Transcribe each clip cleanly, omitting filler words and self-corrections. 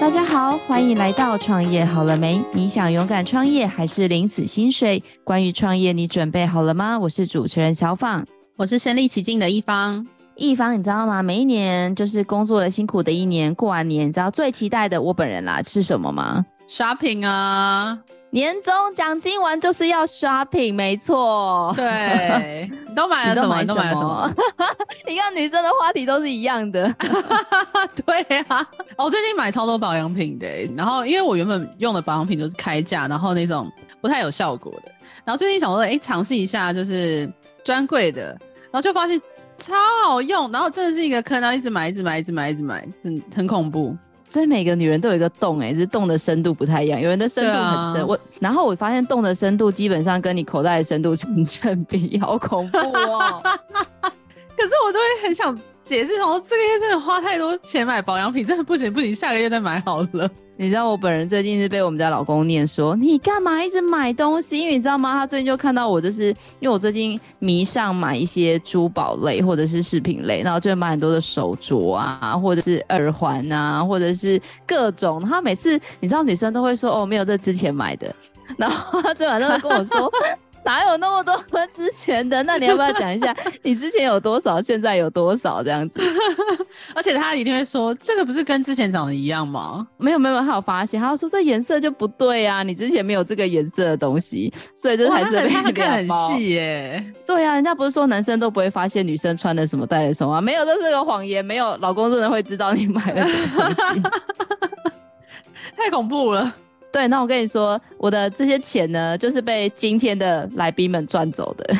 大家好，欢迎来到创业好了没？你想勇敢创业还是领死薪水？关于创业，你准备好了吗？我是主持人小访， 我是身临其境的一方。 一方，你知道吗？每一年就是工作了辛苦的一年，过完年，你知道最期待的我本人啦是什么吗？ shopping 啊， 年终奖金完就是要 shopping， 没错。 对，你都买了什么？你都买了什么？ 你看女生的话题都是一样的。 对啊，我最近买超多保养品的，然后因为我原本用的保养品都是开价，然后那种不太有效果的，然后最近想说，尝试一下就是专柜的，然后就发现超好用，然后真的是一个坑，然后一直买，真的很恐怖。 所以每个女人都有一个洞，只是洞的深度不太一样，有人的深度很深，然后我发现洞的深度基本上跟你口袋的深度成正比，好恐怖哦。 可是我都会很想解释，说这个月真的花太多钱买保养品，真的不行，下个月再买好了。 你知道我本人最近是被我们家老公念说，你干嘛一直买东西？因为你知道吗？他最近就看到我，就是因为我最近迷上买一些珠宝类或者是饰品类，然后就会买很多的手镯啊，或者是耳环啊，或者是各种。然后每次你知道女生都会说，哦，没有这之前买的，然后他昨晚上就跟我说。哪有那么多之前的？那你要不要讲一下你之前有多少，现在有多少这样子？ 而且他一定会说，这个不是跟之前长得一样吗？ 没有，他有发现，他说这颜色就不对啊，你之前没有这个颜色的东西，所以就是还是被他看很细耶。 对啊，人家不是说男生都不会发现女生穿的什么戴的什么吗？没有，这是个谎言，没有，老公真的会知道你买了什么东西。 太恐怖了。 对，那我跟你说，我的这些钱呢，就是被今天的来宾们赚走的。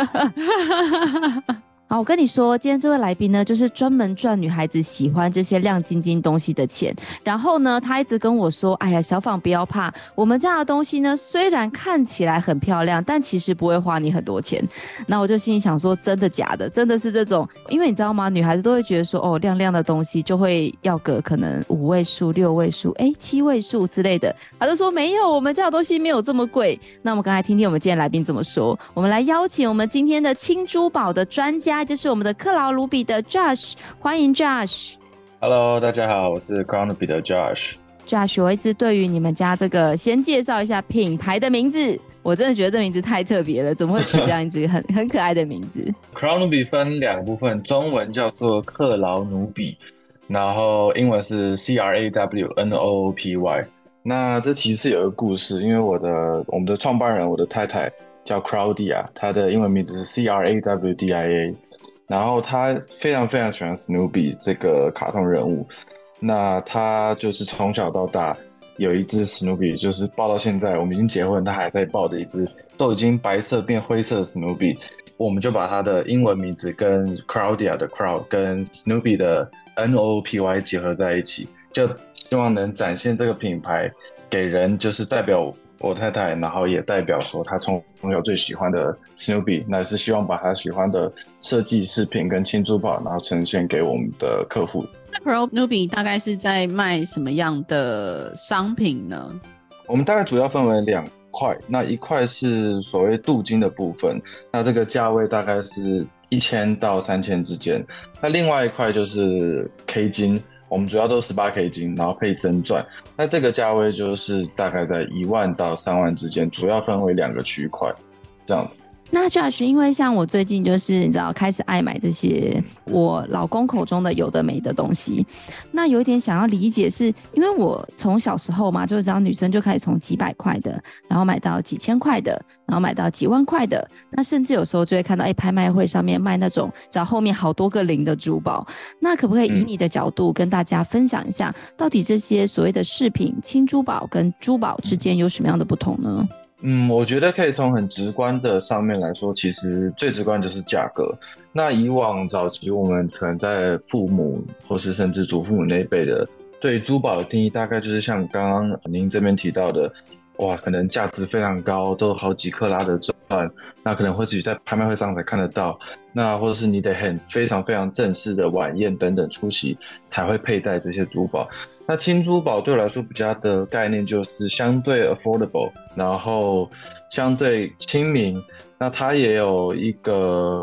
好，我跟你说，今天这位来宾呢，就是专门赚女孩子喜欢这些亮晶晶东西的钱。然后呢，他一直跟我说：“哎呀，小访不要怕，我们家的东西呢，虽然看起来很漂亮，但其实不会花你很多钱。”那我就心里想说，真的假的？真的是这种？因为你知道吗？女孩子都会觉得说，哦，亮亮的东西就会要个可能5位数、6位数、7位数之类的。他就说没有，我们家的东西没有这么贵。那我们刚才听听我们今天来宾怎么说。我们来邀请我们今天的轻珠宝的专家。就是我们的克劳卢比的 Josh， 欢迎 Josh。Hello， 大家好，我是克劳卢比的 Josh。Josh， 我一直对于你们家这个，先介绍一下品牌的名字。我真的觉得这名字太特别了，怎么会取这样子很可爱的名字？ 克劳努比分2个部分，中文叫做克劳努比，然后英文是 CRAWNOOPY。那这其实有一个故事，因为我们的创办人，我的太太叫 Claudia， 她的英文名字是 CRAWDIA。然后他非常非常喜欢 Snoopy 这个卡通人物，那他就是从小到大有一只 Snoopy， 就是抱到现在，我们已经结婚，他还在抱的一只，都已经白色变灰色的 Snoopy。我们就把他的英文名字跟 Claudia 的 Crow 跟 Snoopy 的 NOOPY 结合在一起，就希望能展现这个品牌给人，就是代表我太太，然后也代表说她从小最喜欢的 Snoopy， 那是希望把她喜欢的设计饰品跟轻珠宝，然后呈现给我们的客户。 那 Pro Snoopy 大概是在卖什么样的商品呢？ 我们大概主要分为2块，那一块是所谓镀金的部分，那这个价位大概是1000到3000之间。那另外一块就是 K 金。我们主要都是18K 金，然后配真钻。那这个价位就是大概在1万到3万之间，主要分为2个区块，这样子。 那 Josh， 因为像我最近就是你知道开始爱买这些我老公口中的有的没的东西，那有一点想要理解是，因为我从小时候嘛，就知道女生就开始从几百块的，然后买到几千块的，然后买到几万块的，那甚至有时候就会看到拍卖会上面卖那种只要后面好多个零的珠宝。那可不可以以你的角度跟大家分享一下，到底这些所谓的饰品、轻珠宝跟珠宝之间有什么样的不同呢？ 我觉得可以从很直观的上面来说，其实最直观就是价格。那以往早期我们可能在父母或是甚至祖父母那一辈的对珠宝的定义，大概就是像刚刚您这边提到的，哇，可能价值非常高，都有好几克拉的钻，那可能会自己在拍卖会上才看得到，那或者是你得很非常非常正式的晚宴等等出席才会佩戴这些珠宝。那轻珠宝对我来说比较的概念就是相对 affordable， 然后相对亲民，那它也有一个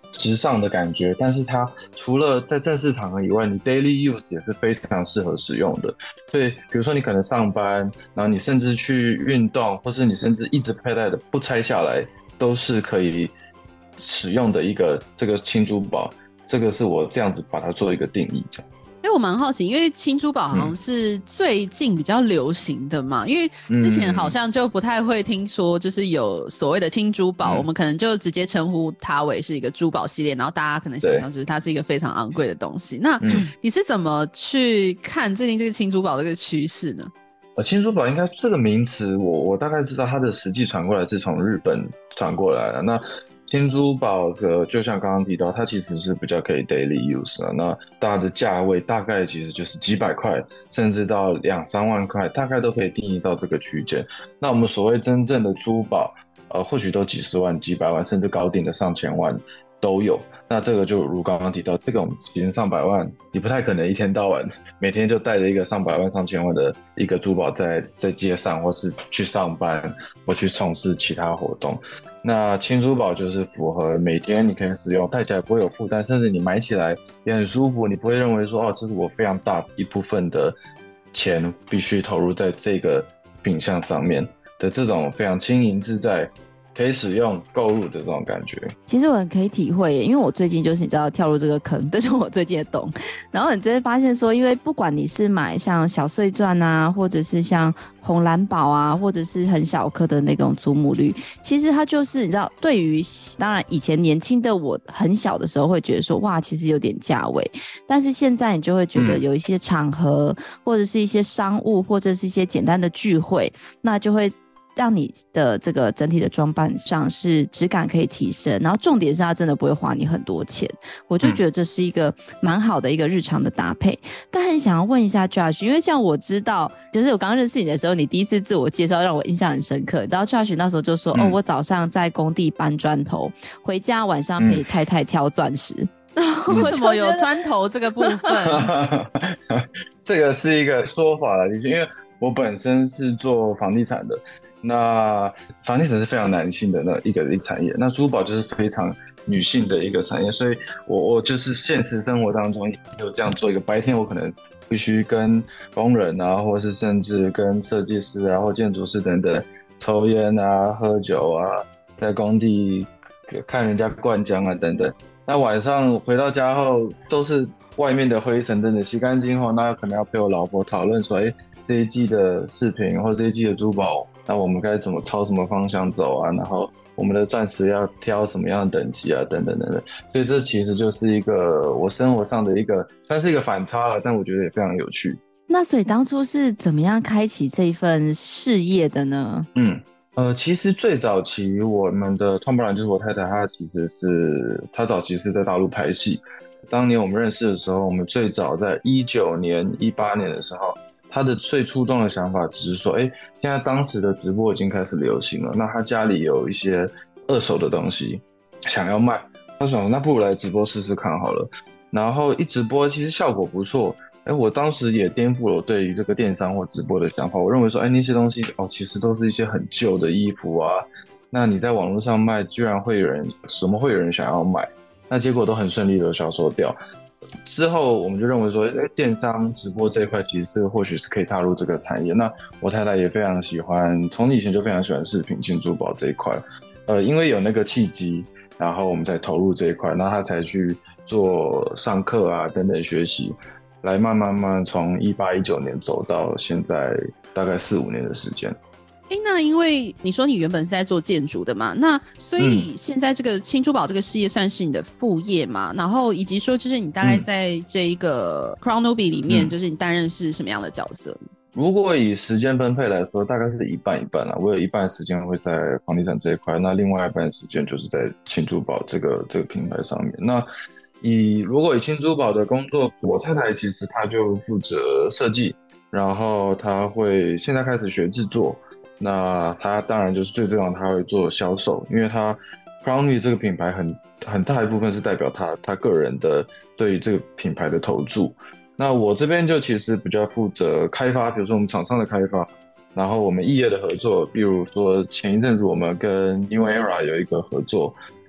时尚的感觉，但是它除了在正式场合以外，你 daily use 也是非常适合使用的。所以比如说你可能上班，然后你甚至去运动，或是你甚至一直佩戴的不拆下来，都是可以使用的一个这个轻珠宝。这个是我这样子把它做一个定义这样。 我蛮好奇，因为轻珠宝好像是最近比较流行的嘛，因为之前好像就不太会听说就是有所谓的轻珠宝，我们可能就直接称呼它为是一个珠宝系列，然后大家可能想象就是它是一个非常昂贵的东西。那你是怎么去看最近这个轻珠宝这个趋势呢？ 轻珠宝应该这个名词我大概知道它的实际传过来是从日本传过来的。那轻珠宝的就像刚刚提到，它其实是比较可以 daily use 的，那它的价位大概其实就是几百块甚至到2-3万块，大概都可以定义到这个区间。那我们所谓真正的珠宝或许都几十万几百万，甚至高定的上千万都有。那这个就如刚刚提到，这种其实上百万你不太可能一天到晚每天就带着一个上百万上千万的一个珠宝在街上，或是去上班或去从事其他活动。那轻珠宝就是符合每天你可以使用，戴起来不会有负担，甚至你买起来也很舒服，你不会认为说这是我非常大一部分的钱必须投入在这个品项上面的这种非常轻盈自在可以使用购入的这种感觉。 其实我很可以体会耶，因为我最近就是你知道跳入这个坑，这是我最近的懂。然后你就会发现说，因为不管你是买像小碎钻啊，或者是像红蓝宝啊，或者是很小颗的那种祖母绿，其实它就是你知道，对于当然以前年轻的我很小的时候会觉得说哇，其实有点价位，但是现在你就会觉得有一些场合，或者是一些商务，或者是一些简单的聚会，那就会让你的这个整体的装扮上是质感可以提升，然后重点是它真的不会花你很多钱，我就觉得这是一个蛮好的一个日常的搭配。但很想要问一下 Josh， 因为像我知道就是我刚认识你的时候，你第一次自我介绍让我印象很深刻，然后 Josh 那时候就说我早上在工地搬砖头，回家晚上陪太太挑钻石。 为什么有砖头这个部分？ 这个是一个说法啦，因为我本身是做房地产的，那房地产是非常男性的一个产业，那珠宝就是非常女性的一个产业，所以我就是现实生活当中有这样做一个，白天我可能必须跟工人啊，或是甚至跟设计师啊或建筑师等等抽烟啊、喝酒啊，在工地看人家灌浆啊等等。那晚上回到家后，都是外面的灰尘等等洗干净后，那可能要陪我老婆讨论说，这一季的饰品或这一季的珠宝，那我们该怎么朝什么方向走啊？然后我们的钻石要挑什么样的等级啊？等等等等。所以这其实就是一个我生活上的一个算是一个反差了，但我觉得也非常有趣。 那所以当初是怎么样开启这一份事业的呢？ 其实最早期我们的创办人就是我太太，她早期是在大陆拍戏。当年我们认识的时候，我们最早在19年、18年的时候，她的最初衷的想法只是说，现在当时的直播已经开始流行了，那她家里有一些二手的东西想要卖，她想说那不如来直播试试看好了。然后一直播其实效果不错。我当时也颠覆了我对于这个电商或直播的想法。我认为说，那些东西其实都是一些很旧的衣服啊。那你在网络上卖，居然会有人想要买？那结果都很顺利的销售掉。之后我们就认为说，电商直播这一块其实或许是可以踏入这个产业。那我太太也非常喜欢，从以前就非常喜欢饰品、轻珠宝这一块。因为有那个契机，然后我们才投入这一块，那她才去做上课啊等等学习。来慢慢从18、19年走到现在大概4、5年的时间。 那因为你说你原本是在做建筑的嘛，那所以现在这个轻珠宝这个事业算是你的副业嘛？然后以及说就是你大概在这一个 Crown Newbie 里面，就是你担任是什么样的角色？ 如果以时间分配来说，大概是一半一半啦。我有一半时间会在房地产这一块，那另外一半时间就是在轻珠宝这个品牌上面。那如果以轻珠宝的工作，我太太其实她就负责设计，然后她会现在开始学制作。那她当然就是最重要，她会做销售，因为她 Crown 这个品牌很大一部分是代表她个人的对于这个品牌的投注。那我这边就其实比较负责开发，比如说我们厂商的开发，然后我们异业的合作，比如说前一阵子我们跟 New Era 有一个合作。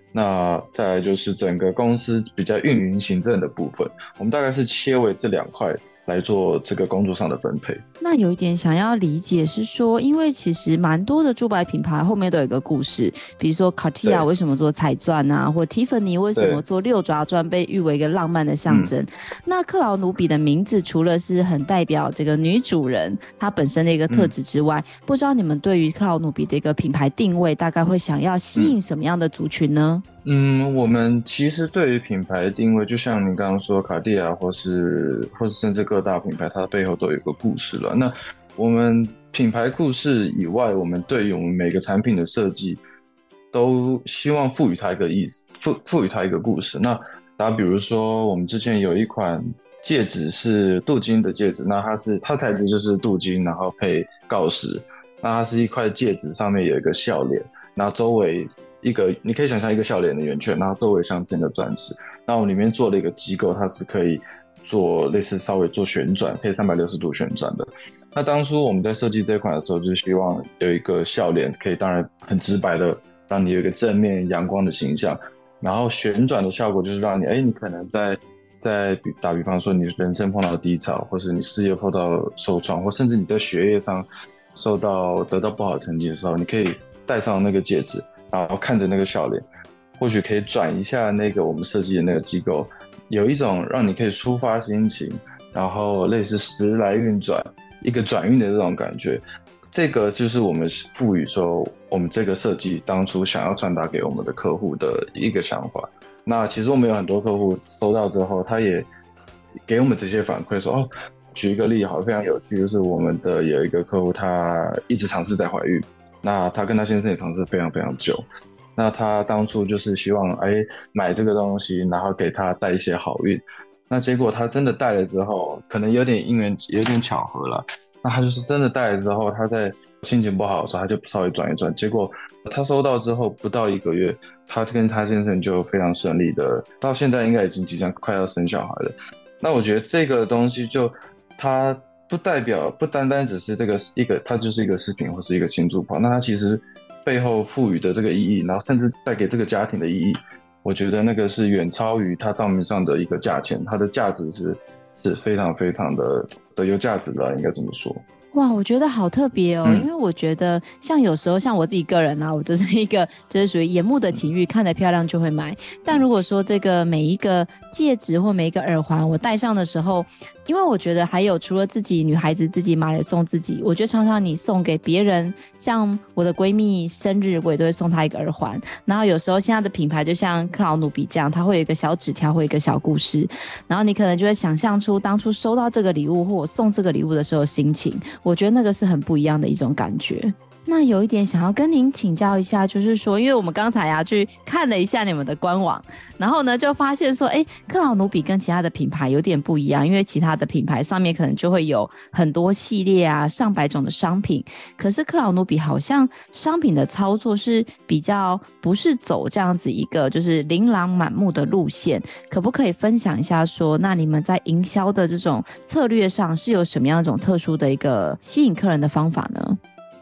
那再来就是整个公司比较运营行政的部分，我们大概是切为这2块来做这个工作上的分配。 那有一点想要理解是说，因为其实蛮多的珠宝品牌后面都有一个故事，比如说 Cartier 为什么做彩钻啊，或 Tiffany 为什么做6爪钻被誉为一个浪漫的象征。那克劳努比的名字除了是很代表这个女主人她本身的一个特质之外，不知道你们对于克劳努比的一个品牌定位大概会想要吸引什么样的族群呢？ 我们其实对于品牌定位，就像你刚刚说卡地亚或是甚至各大品牌，它背后都有一个故事了。那我们品牌故事以外，我们对于我们每个产品的设计，都希望赋予它一个意思，赋予它一个故事。那打比如说，我们之前有一款戒指是镀金的戒指，那它材质就是镀金，然后配锆石，那它是一块戒指，上面有一个笑脸，然后周围你可以想象一个笑脸的圆圈，然后周围镶嵌的钻石。那我们里面做了一个机构，它是可以做类似稍微做旋转，可以360度旋转的。那当初我们在设计这款的时候，就希望有一个笑脸，可以当然很直白的让你有一个正面阳光的形象，然后旋转的效果就是让你可能在打比方说你人生碰到低潮，或是你事业碰到受创，或甚至你在学业上得到不好的成绩的时候，你可以戴上那个戒指，然后看着那个笑脸，或许可以转一下那个我们设计的那个机构，有一种让你可以抒发心情，然后类似时来运转，一个转运的这种感觉。这个就是我们赋予说我们这个设计当初想要传达给我们的客户的一个想法。那其实我们有很多客户收到之后，他也给我们这些反馈说，举一个例好，非常有趣，就是我们的有一个客户，他一直尝试在怀孕，那他跟他先生也尝试非常非常久，那他当初就是希望买这个东西，然后给他带一些好运，那结果他真的带了之后，可能有点因缘，有点巧合了，那他就是真的带了之后，他在心情不好的时候，他就稍微转一转，结果他收到之后不到1个月，他跟他先生就非常顺利的，到现在应该已经即将快要生小孩了。那我觉得这个东西它不单单只是它就是一个饰品或是一个新珠宝，那它其实背后赋予的这个意义，然后甚至带给这个家庭的意义，我觉得那个是远超于它账面上的一个价钱，它的价值是非常非常的有价值的，应该这么说。 哇，我觉得好特别哦，因为我觉得像有时候像我自己个人啊，我就是一个就是属于眼目的情欲，看得漂亮就会买。但如果说这个每一个戒指或每一个耳环我戴上的时候，因为我觉得还有除了自己女孩子自己买了送自己，我觉得常常你送给别人，像我的闺蜜生日我也都会送她一个耳环，然后有时候现在的品牌就像克劳努比这样，它会有一个小纸条或一个小故事，然后你可能就会想象出当初收到这个礼物或我送这个礼物的时候的心情，我觉得那个是很不一样的一种感觉。那有一点想要跟您请教一下，就是说因为我们刚才去看了一下你们的官网，然后呢就发现说克劳努比跟其他的品牌有点不一样，因为其他的品牌上面可能就会有很多系列啊，上百种的商品，可是克劳努比好像商品的操作是比较不是走这样子一个就是琳琅满目的路线，可不可以分享一下说那你们在营销的这种策略上是有什么样一种特殊的一个吸引客人的方法呢？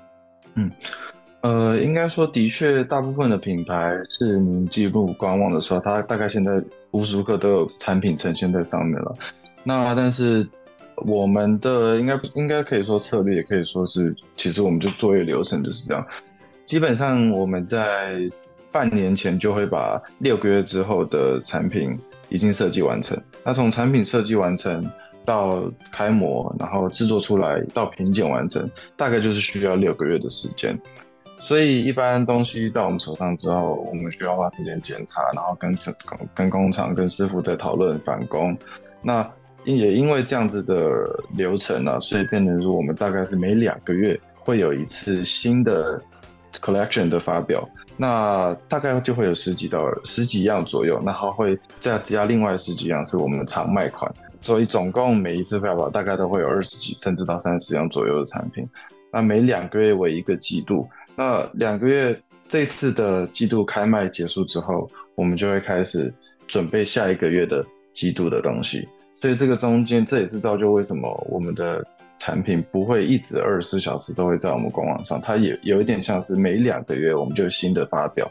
应该说的确大部分的品牌是您进入官网的时候，它大概现在无时无刻都有产品呈现在上面了。那但是我们的应该可以说策略，也可以说是其实我们就作业流程就是这样。基本上我们在半年前就会把6个月之后的产品已经设计完成，那从产品设计完成到开模，然后制作出来到品检完成，大概就是需要6个月的时间。所以一般东西到我们手上之后，我们需要花时间检查，然后跟工厂跟师傅在讨论返工。那也因为这样子的流程啊，所以变成说我们大概是每2个月会有一次新的 collection 的发表，那大概就会有十几样左右，然后会再加另外10几样是我们的常卖款，所以总共每一次发表大概都会有20几甚至到30样左右的产品。那每2个月为一个季度，那2个月这次的季度开卖结束之后，我们就会开始准备下一个月的季度的东西。所以这个中间，这也是造就为什么我们的产品不会一直24小时都会在我们官网上，它也有一点像是每2个月我们就有新的发表，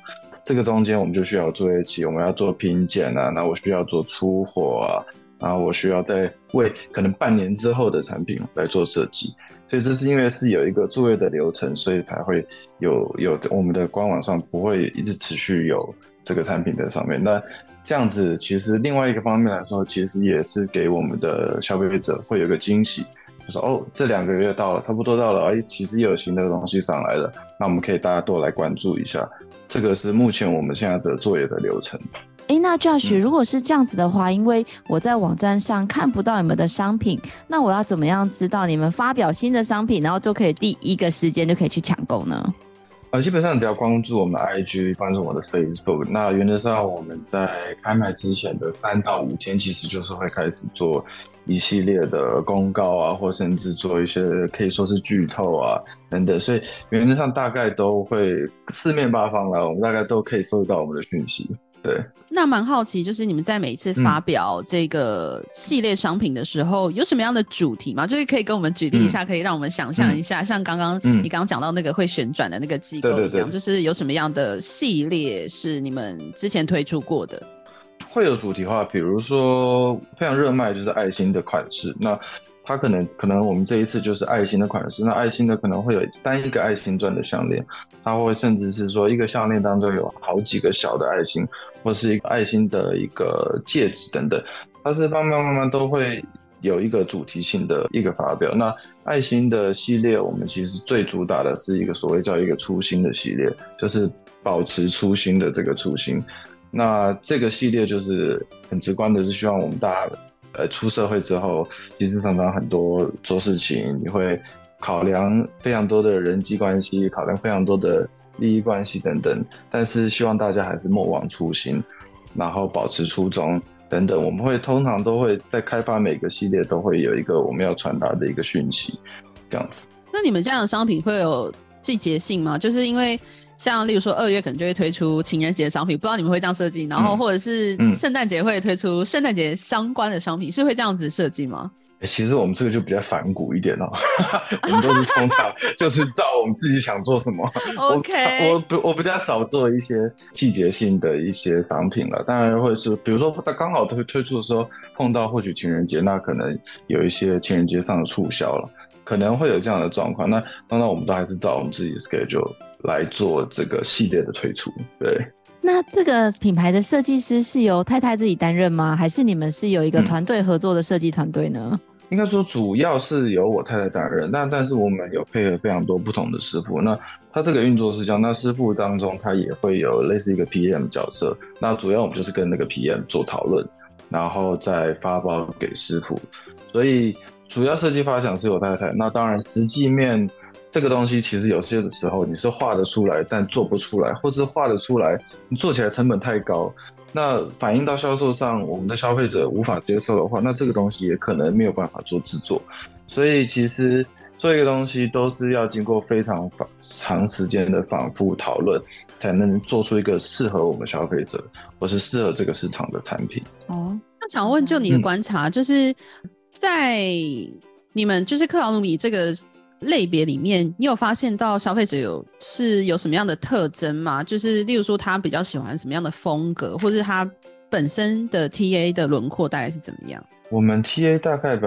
这个中间我们就需要作业期，我们要做品检啊，那我需要做出货啊，然后我需要再为可能半年之后的产品来做设计。所以这是因为是有一个作业的流程，所以才会有我们的官网上不会一直持续有这个产品在上面。那这样子其实另外一个方面来说，其实也是给我们的消费者会有一个惊喜，就说哦，这2个月到了，差不多到了，其实又有新的东西上来了，那我们可以大家多来关注一下。这个是目前我们现在的作业的流程。 那 Josh， 如果是这样子的话，因为我在网站上看不到你们的商品，那我要怎么样知道你们发表新的商品，然后就可以第一个时间就可以去抢购呢？ 基本上只要关注我们的 IG， 关注我的 Facebook， 那原则上我们在开卖之前的3到5天，其实就是会开始做一系列的公告啊，或甚至做一些可以说是剧透啊等等，所以原则上大概都会四面八方啦，我们大概都可以收到我们的讯息。对， 那蛮好奇，就是你们在每一次发表这个系列商品的时候，有什么样的主题吗？就是可以跟我们举例一下，可以让我们想象一下，像刚刚你刚刚讲到那个会旋转的那个机构一样，对，就是有什么样的系列是你们之前推出过的？ 会有主题化，比如说非常热卖就是爱心的款式，那它可能我们这一次就是爱心的款式，那爱心的可能会有单一个爱心钻的项链，它会甚至是说一个项链当中有好几个小的爱心，或是一个爱心的一个戒指等等，它是慢慢都会有一个主题性的一个发表。那爱心的系列我们其实最主打的是一个所谓叫一个初心的系列，就是保持初心的这个初心。那这个系列就是很直观的是希望我们大家出社会之后，其实常常很多做事情你会考量非常多的人际关系，考量非常多的利益关系等等，但是希望大家还是莫忘初心，然后保持初衷等等。我们会通常都会在开发每个系列都会有一个我们要传达的一个讯息，这样子。 那你们这样的商品会有季节性吗？就是因为像例如说2月可能就会推出情人节的商品，不知道你们会这样设计，然后或者是圣诞节会推出圣诞节相关的商品，是会这样子设计吗？ 其实我们这个就比较反骨一点哦，我们都是通常就是照我们自己想做什么。 OK， 我比较少做一些季节性的一些商品了，当然会是比如说它刚好推出的时候碰到或许情人节，那可能有一些情人节上的促销了，可能会有这样的状况。那当然我们都还是照我们自己的 schedule 来做这个系列的推出。对， 那这个品牌的设计师是由太太自己担任吗？还是你们是有一个团队合作的设计团队呢？ 应该说主要是由我太太担任，但是我们有配合非常多不同的师傅。那他这个运作是这样，那师傅当中他也会有类似一个 PM 角色，那主要我们就是跟那个 PM 做讨论，然后再发包给师傅。所以主要设计发想是我太太，那当然实际面这个东西其实有些的时候你是画得出来但做不出来，或是画得出来你做起来成本太高，那反映到销售上我们的消费者无法接受的话，那这个东西也可能没有办法做制作。所以其实做一个东西都是要经过非常长时间的反复讨论，才能做出一个适合我们消费者或是适合这个市场的产品。 那想问就你的观察，就是在你们就是克劳努米这个类别里面，你有发现到消费者有什么样的特征吗？就是例如说他比较喜欢什么样的风格，或是他本身的 TA 的轮廓大概是怎么样？ 我们 TA 大概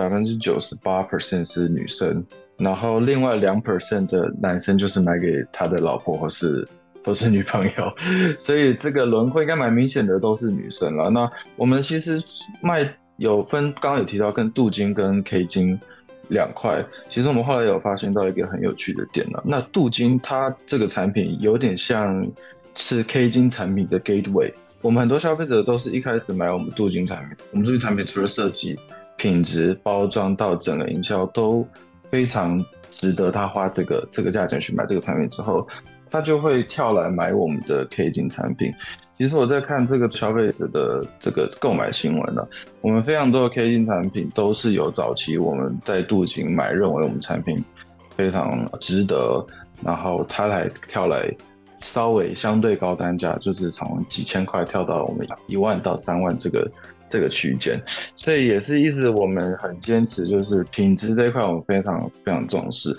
98% 是女生，然后另外 2% 的男生就是买给他的老婆或是女朋友，所以这个轮廓应该蛮明显的都是女生了。那我们其实卖有分，刚刚有提到跟镀金跟 K 金2块，其实我们后来有发现到一个很有趣的点了。那镀金它这个产品有点像是 K 金产品的 gateway， 我们很多消费者都是一开始买我们镀金产品，我们镀金产品除了设计、品质、包装到整个营销都非常值得他花这个价钱去买这个产品之后，他就会跳来买我们的 K 金产品。其实我在看这个消费者的这个购买新闻了，我们非常多的 K 金产品都是有早期我们在镀金买，认为我们产品非常值得，然后他才跳来稍微相对高单价，就是从几千块跳到我们1万到3万这个区间，所以也是一直我们很坚持，就是品质这一块我们非常非常重视。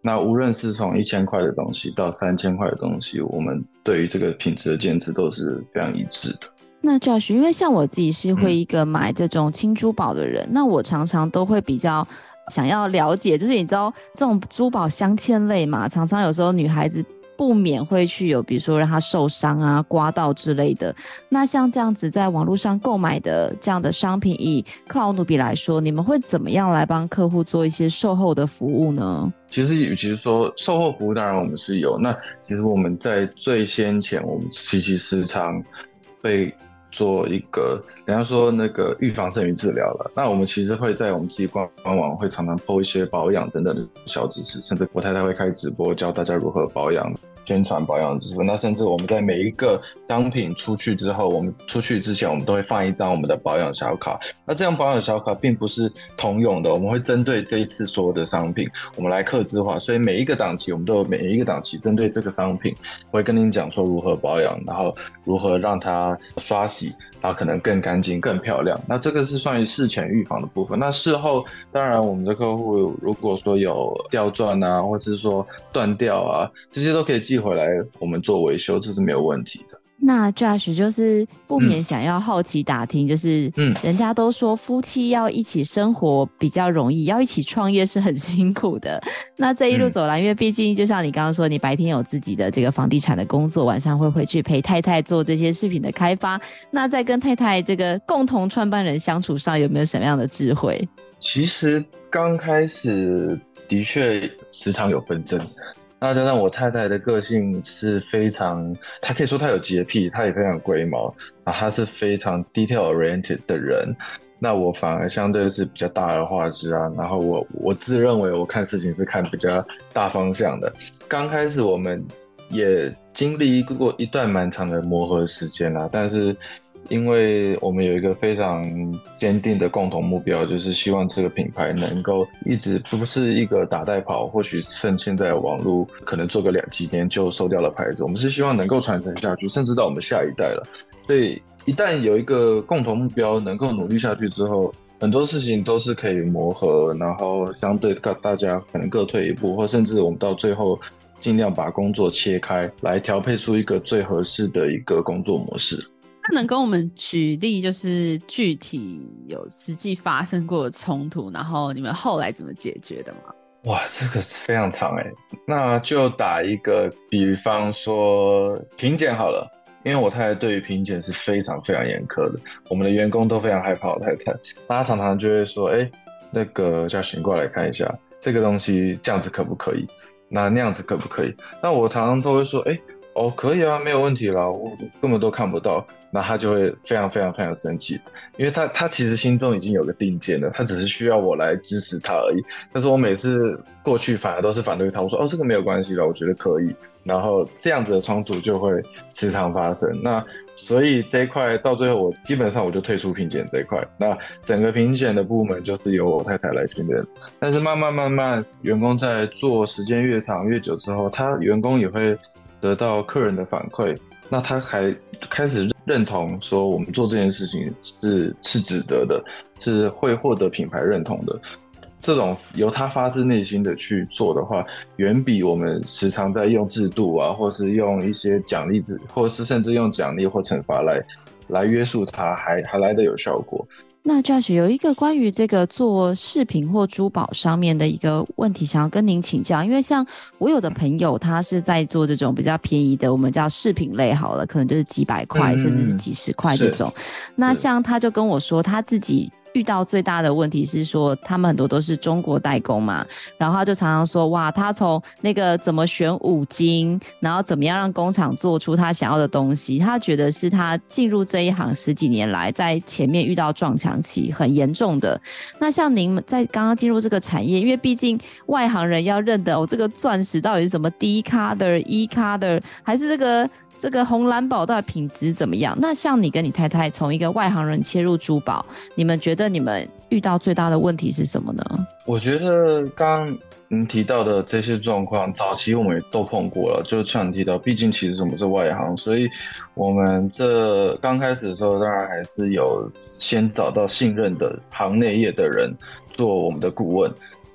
那无论是从1000块的东西到3000块的东西，我们对于这个品质的坚持都是非常一致的。 那 Josh， 因为像我自己是会一个买这种轻珠宝的人，那我常常都会比较想要了解，就是你知道这种珠宝镶嵌类嘛，常常有时候女孩子不免会去有比如说让她受伤啊、刮到之类的。那像这样子在网络上购买的这样的商品，以克劳努比来说，你们会怎么样来帮客户做一些售后的服务呢？ 其实与其说售后服务，当然我们是有。那其实我们在最先前，我们其实时常被做一个人家说那个预防胜于治疗了。那我们其实会在我们自己官网会常常 po 一些保养等等的小知识，甚至我太太会开直播教大家如何保养，宣传保养的知识。那甚至我们在每一个商品出去之后，我们出去之前我们都会放一张我们的保养小卡。那这样保养小卡并不是通用的，我们会针对这一次所有的商品我们来客制化，所以每一个档期我们都有每一个档期针对这个商品，我会跟您讲说如何保养，然后如何让它刷洗，然后可能更干净更漂亮。那这个是算于事前预防的部分。那事后当然我们的客户如果说有掉钻啊，或是说断掉啊，这些都可以寄回来我们做维修，这是没有问题的。 那 Josh 就是不免想要好奇打听，就是人家都说夫妻要一起生活比较容易，要一起创业是很辛苦的。那这一路走来，因为毕竟就像你刚刚说，你白天有自己的这个房地产的工作，晚上会回去陪太太做这些饰品的开发。那在跟太太这个共同创办人相处上，有没有什么样的智慧？ 其实刚开始的确时常有纷争。那加上我太太的个性是非常，她可以说她有洁癖，她也非常龟毛，她是非常 detail oriented 的人。那我反而相对是比较大而化之啊，然后我自认为我看事情是看比较大方向的。刚开始我们也经历过一段蛮长的磨合时间啦，但是因为我们有一个非常坚定的共同目标，就是希望这个品牌能够一直不是一个打带跑，或许趁现在网络可能做个几年就收掉了牌子，我们是希望能够传承下去，甚至到我们下一代了。所以一旦有一个共同目标能够努力下去之后，很多事情都是可以磨合，然后相对大家可能各退一步，或甚至我们到最后尽量把工作切开，来调配出一个最合适的一个工作模式。 那能跟我们举例，就是具体有实际发生过的冲突，然后你们后来怎么解决的吗？ 哇，这个是非常长欸。那就打一个比方说品检好了，因为我太太对于品检是非常非常严苛的，我们的员工都非常害怕我太太，那她常常就会说，那个叫醒过来看一下，这个东西这样子可不可以？那样子可不可以？那我常常都会说，可以啊，没有问题啦，我根本都看不到。那他就会非常非常非常生气，因为他其实心中已经有个定见了，他只是需要我来支持他而已。但是我每次过去反而都是反对他，我说这个没有关系啦，我觉得可以。然后这样子的冲突就会时常发生。那所以这一块到最后我基本上我就退出品检这一块，那整个品检的部门就是由我太太来训练。但是慢慢员工在做时间越长越久之后，他员工也会得到客人的反馈，那他还开始认同说我们做这件事情是值得的，是会获得品牌认同的。这种由他发自内心的去做的话，远比我们时常在用制度啊，或是用一些奖励或是甚至用奖励或惩罚来约束他，还来得有效果。 那 Josh 有一个关于这个做饰品或珠宝上面的一个问题想要跟您请教，因为像我有的朋友他是在做这种比较便宜的，我们叫饰品类好了，可能就是几百块甚至是几十块这种。那像他就跟我说他自己遇到最大的问题是说他们很多都是中国代工嘛，然后他就常常说哇，他从那个怎么选五金，然后怎么样让工厂做出他想要的东西，他觉得是他进入这一行10几年来在前面遇到撞墙期很严重的。那像您在刚刚进入这个产业，因为毕竟外行人要认得这个钻石到底是什么 D color、E color 还是这个红蓝宝到底品质怎么样？那像你跟你太太从一个外行人切入珠宝，你们觉得你们遇到最大的问题是什么呢？ 我觉得刚刚您提到的这些状况，早期我们也都碰过了。就像你提到，毕竟其实我们是外行，所以我们这刚开始的时候，当然还是有先找到信任的行内业的人做我们的顾问。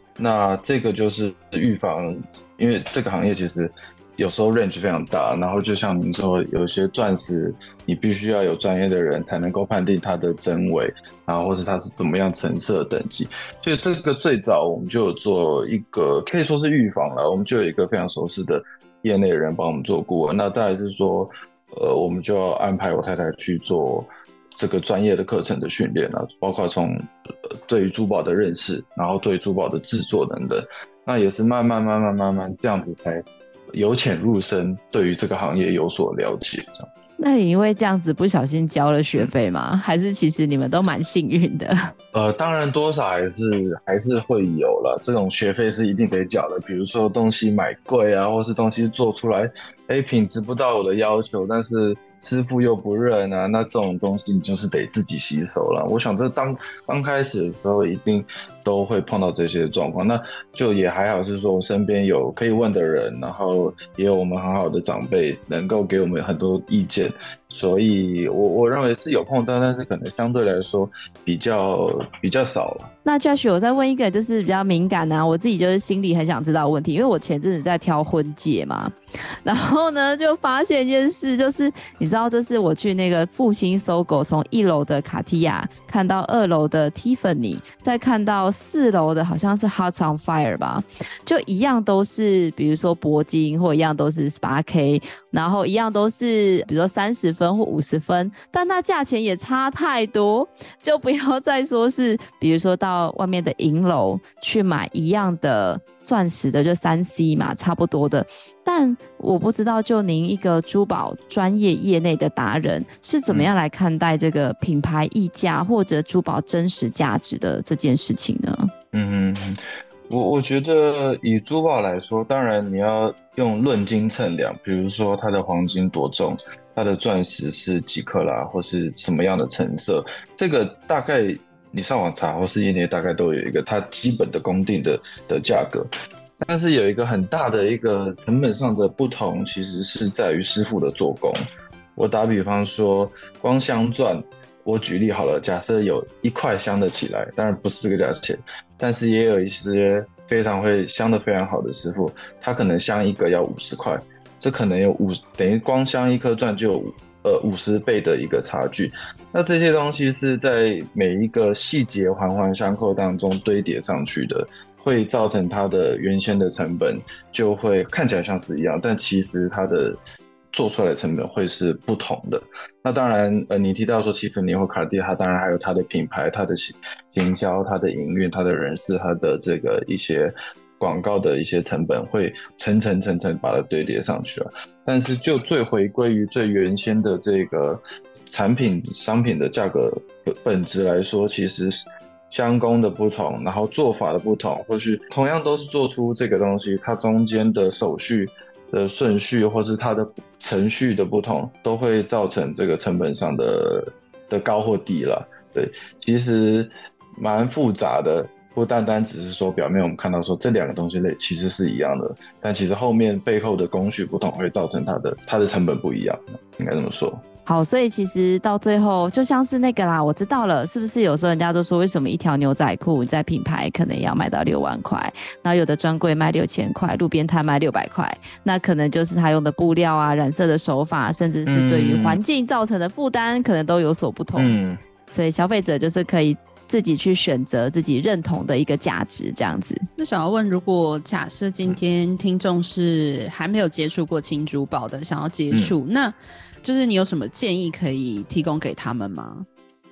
那这个就是预防，因为这个行业其实有时候 range 非常大，然后就像您说，有些钻石你必须要有专业的人才能够判定它的真伪，然后或是它是怎么样成色等级。所以这个最早我们就有做一个可以说是预防了，我们就有一个非常熟悉的业内人帮我们做顾问。那再来是说，我们就要安排我太太去做这个专业的课程的训练啊，包括从对于珠宝的认识，然后对珠宝的制作等等。那也是慢慢这样子才由浅入深，对于这个行业有所了解。这样。 那你因为这样子不小心交了学费吗？还是其实你们都蛮幸运的？ 当然多少还是会有了，这种学费是一定得缴的。比如说东西买贵啊，或是东西做出来，品质不到我的要求，但是师傅又不认啊，那这种东西你就是得自己洗手了。我想这刚开始的时候一定都会碰到这些状况，那就也还好是说我身边有可以问的人，然后也有我们很好的长辈能够给我们很多意见，所以我认为是有碰到，但是可能相对来说比较少了。 那 Josh， 我再问一个就是比较敏感啊，我自己就是心里很想知道的问题，因为我前阵子在挑婚戒嘛，然后呢就发现一件事，就是你知道，就是我去那个复兴搜狗，从1楼的卡地亚看到2楼的 Tiffany， 再看到4楼的好像是 Hearts on Fire 吧，就一样都是比如说铂金，或一样都是 18K， 然后一样都是比如说30分或50分，但那价钱也差太多，就不要再说是比如说到外面的银楼去买一样的钻石的，就 3C 嘛，差不多的。但我不知道，就您一个珠宝专业业内的达人，是怎么样来看待这个品牌溢价或者珠宝真实价值的这件事情呢？ 我觉得以珠宝来说，当然你要用论斤称量，比如说它的黄金多重，它的钻石是几克拉，或是什么样的成色，这个大概你上网查或是业内大概都有一个它基本的公定的价格。但是有一个很大的一个成本上的不同，其实是在于师傅的做工。我打比方说，光镶钻，我举例好了，假设有1块镶得起来，当然不是这个价钱，但是也有一些非常会镶得非常好的师傅，他可能镶一个要50块，这可能有等于光镶一颗钻就有50倍的一个差距。那这些东西是在每一个细节环环相扣当中堆叠上去的，会造成它的原先的成本就会看起来像是一样，但其实它的做出来的成本会是不同的。那当然你提到说 Tiffany 或卡地亚，它当然还有它的品牌，它的行销，它的营运，它的人事，它的这个一些广告的一些成本会层层把它堆叠上去了。但是就最回归于最原先的这个产品商品的价格本质来说，其实镶工的不同，然后做法的不同，或许同样都是做出这个东西，它中间的手续的顺序，或是它的程序的不同，都会造成这个成本上的高或低了。对，其实蛮复杂的，不单单只是说表面我们看到说这两个东西类其实是一样的，但其实后面背后的工序不同，会造成它的成本不一样，应该这么说。 好，所以其实到最后就像是那个啦，我知道了，是不是有时候人家都说为什么一条牛仔裤在品牌可能要卖到6万块，然后有的专柜卖6000块，路边摊卖600块，那可能就是他用的布料啊、染色的手法，甚至是对于环境造成的负担可能都有所不同。所以消费者就是可以自己去选择自己认同的一个价值，这样子。 那想要问，如果假设今天听众是还没有接触过轻珠宝的，想要接触，那就是你有什么建议可以提供给他们吗？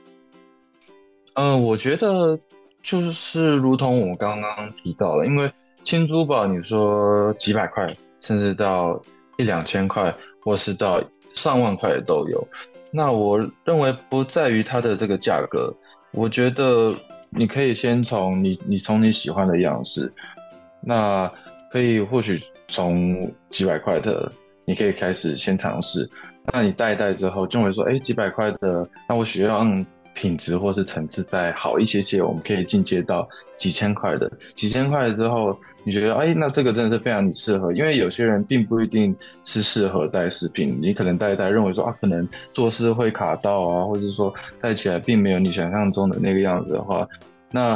我觉得就是如同我刚刚提到了，因为轻珠宝你说几百块，甚至到1-2千块，或是到上万块都有。那我认为不在于它的这个价格，我觉得你可以先从你喜欢的样式，那可以或许从几百块的，你可以开始先尝试。那你戴一戴之后，就会说，几百块的，那我需要让品质或是层次再好一些，我们可以进阶到几千块的。几千块之后，你觉得，那这个真的是非常适合，因为有些人并不一定是适合戴饰品，你可能戴一戴，认为说可能做事会卡到啊，或者说戴起来并没有你想象中的那个样子的话，那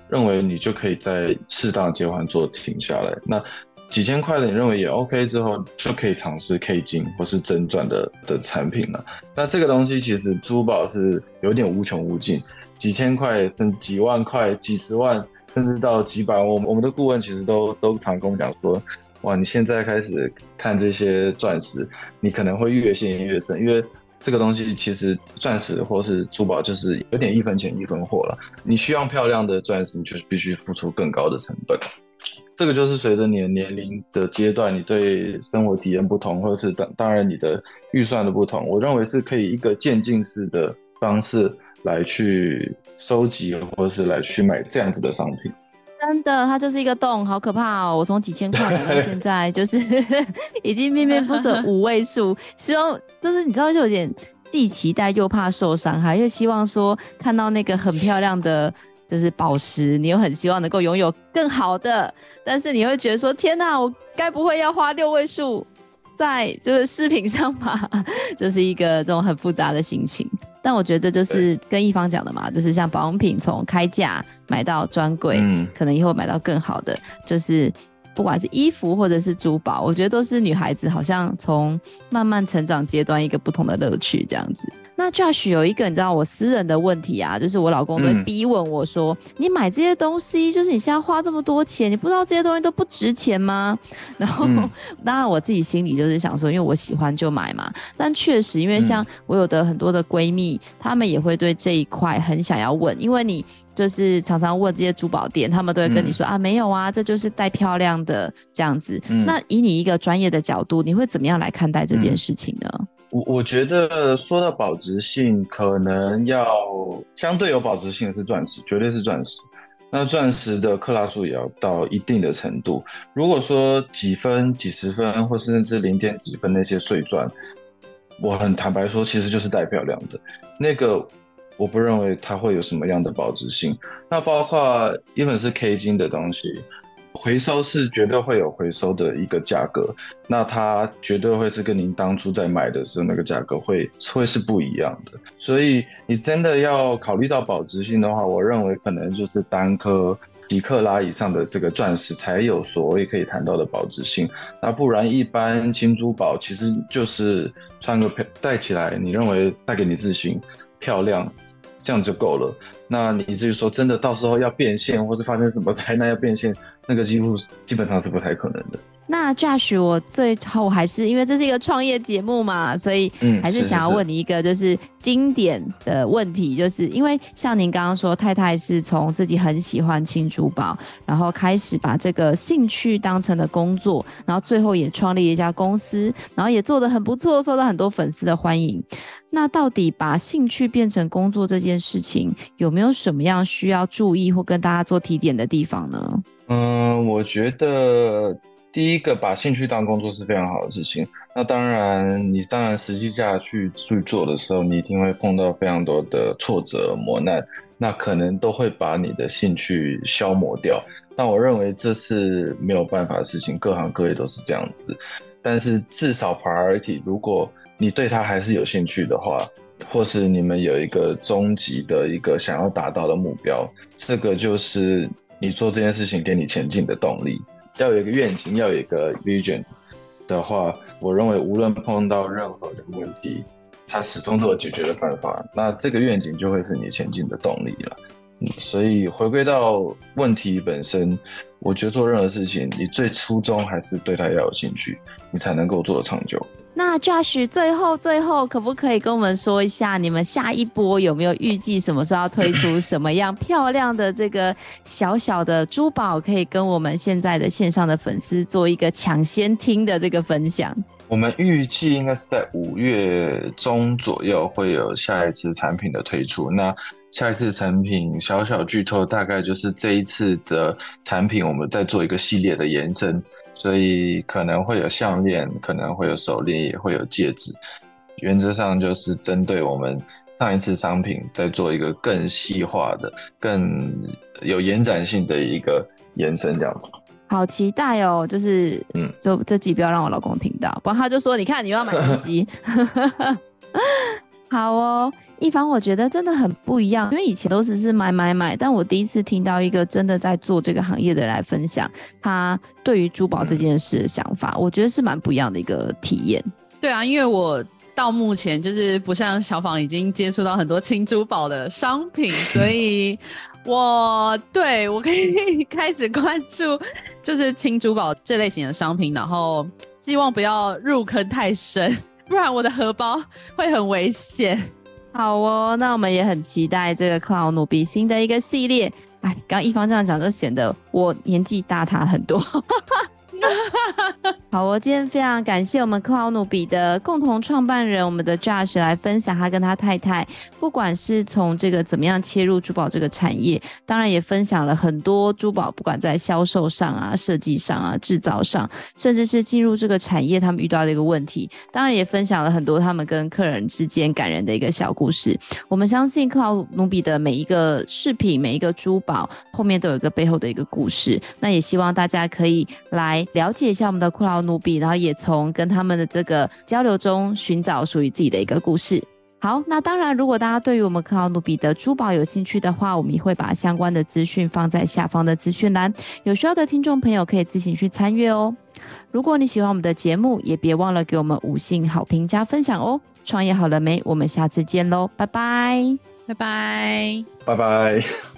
认为你就可以在适当的阶段做停下来。那几千块的你认为也 OK 之后，就可以尝试 K 金或是真钻的产品了。那这个东西其实珠宝是有点无穷无尽，几千块甚至几万块、几十万，甚至到几百万。我们的顾问其实都常跟我讲说，哇，你现在开始看这些钻石，你可能会越陷越深，因为这个东西其实钻石或是珠宝就是有点一分钱一分货了。你需要漂亮的钻石，你就必须付出更高的成本。这个就是随着你的年龄的阶段，你对生活体验不同，或者是当然你的预算的不同，我认为是可以一个渐进式的方式来去收集，或者是来去买这样子的商品。 真的，它就是一个洞，好可怕哦！我从几千块买到现在，就是已经面面不损5位数。希望就是你知道，就有点既期待又怕受伤害，又希望说看到那个很漂亮的。就是宝石，你又很希望能够拥有更好的，但是你会觉得说，天哪，我该不会要花6位数在就是饰品上吧？就是一个这种很复杂的心情。但我觉得这就是跟一方讲的嘛，就是像保养品从开价买到专柜，可能以后买到更好的，就是不管是衣服或者是珠宝，我觉得都是女孩子好像从慢慢成长阶段一个不同的乐趣这样子。那 Josh 有一个你知道我私人的问题啊，就是我老公都会逼问我说，你买这些东西，就是你现在花这么多钱，你不知道这些东西都不值钱吗？然后当然我自己心里就是想说，因为我喜欢就买嘛，但确实因为像我有的很多的闺蜜，她们也会对这一块很想要问，因为你就是常常问这些珠宝店，他们都会跟你说没有啊，这就是带漂亮的这样子。那以你一个专业的角度，你会怎么样来看待这件事情呢？ 我觉得说到保值性，可能要相对有保值性的是钻石，绝对是钻石。那钻石的克拉数也要到一定的程度。如果说几分、几十分，或甚至0点几分那些碎钻，我很坦白说，其实就是带漂亮的那个。我不认为它会有什么样的保值性。那包括even是 K 金的东西，回收是绝对会有回收的一个价格，那它绝对会是跟您当初在买的时候那个价格会是不一样的。所以你真的要考虑到保值性的话，我认为可能就是单颗几克拉以上的这个钻石才有所谓可以谈到的保值性。那不然一般轻珠宝其实就是穿个戴起来，你认为带给你自信、漂亮，这样就够了。那你至于说真的到时候要变现，或是发生什么灾难要变现，那个基本上是不太可能的。 那 Josh 我最后还是因为这是一个创业节目嘛，所以还是想要问你一个就是经典的问题，就是因为像您刚刚说太太是从自己很喜欢轻珠宝，然后开始把这个兴趣当成了工作，然后最后也创立一家公司，然后也做得很不错，受到很多粉丝的欢迎。那到底把兴趣变成工作这件事情，有没有什么样需要注意或跟大家做提点的地方呢？ 我觉得第一个把兴趣当工作是非常好的事情。那当然你实际下去做的时候，你一定会碰到非常多的挫折磨难，那可能都会把你的兴趣消磨掉。但我认为这是没有办法的事情，各行各业都是这样子。但是至少 priority， 如果你对它还是有兴趣的话，或是你们有一个终极的一个想要达到的目标，这个就是你做这件事情给你前进的动力。要有一个愿景，要有一个 vision 的话，我认为无论碰到任何的问题，它始终都有解决的办法。那这个愿景就会是你前进的动力了。所以回归到问题本身，我觉得做任何事情，你最初衷还是对它要有兴趣，你才能够做得长久。 那 Josh 最后可不可以跟我们说一下，你们下一波有没有预计什么时候要推出什么样漂亮的这个小小的珠宝，可以跟我们现在的线上的粉丝做一个抢先听的这个分享？ 我们预计应该是在5月中左右会有下一次产品的推出。那下一次产品小小剧透，大概就是这一次的产品我们再做一个系列的延伸，所以可能会有项链，可能会有手链，也会有戒指。原则上就是针对我们上一次商品再做一个更细化的、更有延展性的一个延伸，这样子。 好期待哦！就是就这集不要让我老公听到，不然他就说你看你又要买东西。 好哦，一凡，我觉得真的很不一样，因为以前都是买，但我第一次听到一个真的在做这个行业的来分享他对于珠宝这件事的想法，我觉得是蛮不一样的一个体验。 对啊，因为我到目前就是不像小访已经接触到很多轻珠宝的商品，所以我可以开始关注就是轻珠宝这类型的商品，然后希望不要入坑太深，不然我的荷包会很危险。 好哦，那我们也很期待这个克劳努比新的一个系列。哎，刚刚一方这样讲就显得我年纪大他很多。好哦，今天非常感谢我们克劳努比的共同创办人我们的 Josh 来分享他跟他太太不管是从这个怎么样切入珠宝这个产业，当然也分享了很多珠宝不管在销售上啊、设计上啊、制造上，甚至是进入这个产业他们遇到的一个问题，当然也分享了很多他们跟客人之间感人的一个小故事。我们相信克劳努比的每一个饰品、每一个珠宝后面都有一个背后的一个故事，那也希望大家可以来了解一下我们的克劳努比，然后也从跟他们的这个交流中寻找属于自己的一个故事。好，那当然如果大家对于我们克劳努比的珠宝有兴趣的话，我们也会把相关的资讯放在下方的资讯栏，有需要的听众朋友可以自行去参阅哦。如果你喜欢我们的节目，也别忘了给我们5星好评加分享哦。创业好了没？我们下次见喽，拜拜， 拜拜， 拜拜。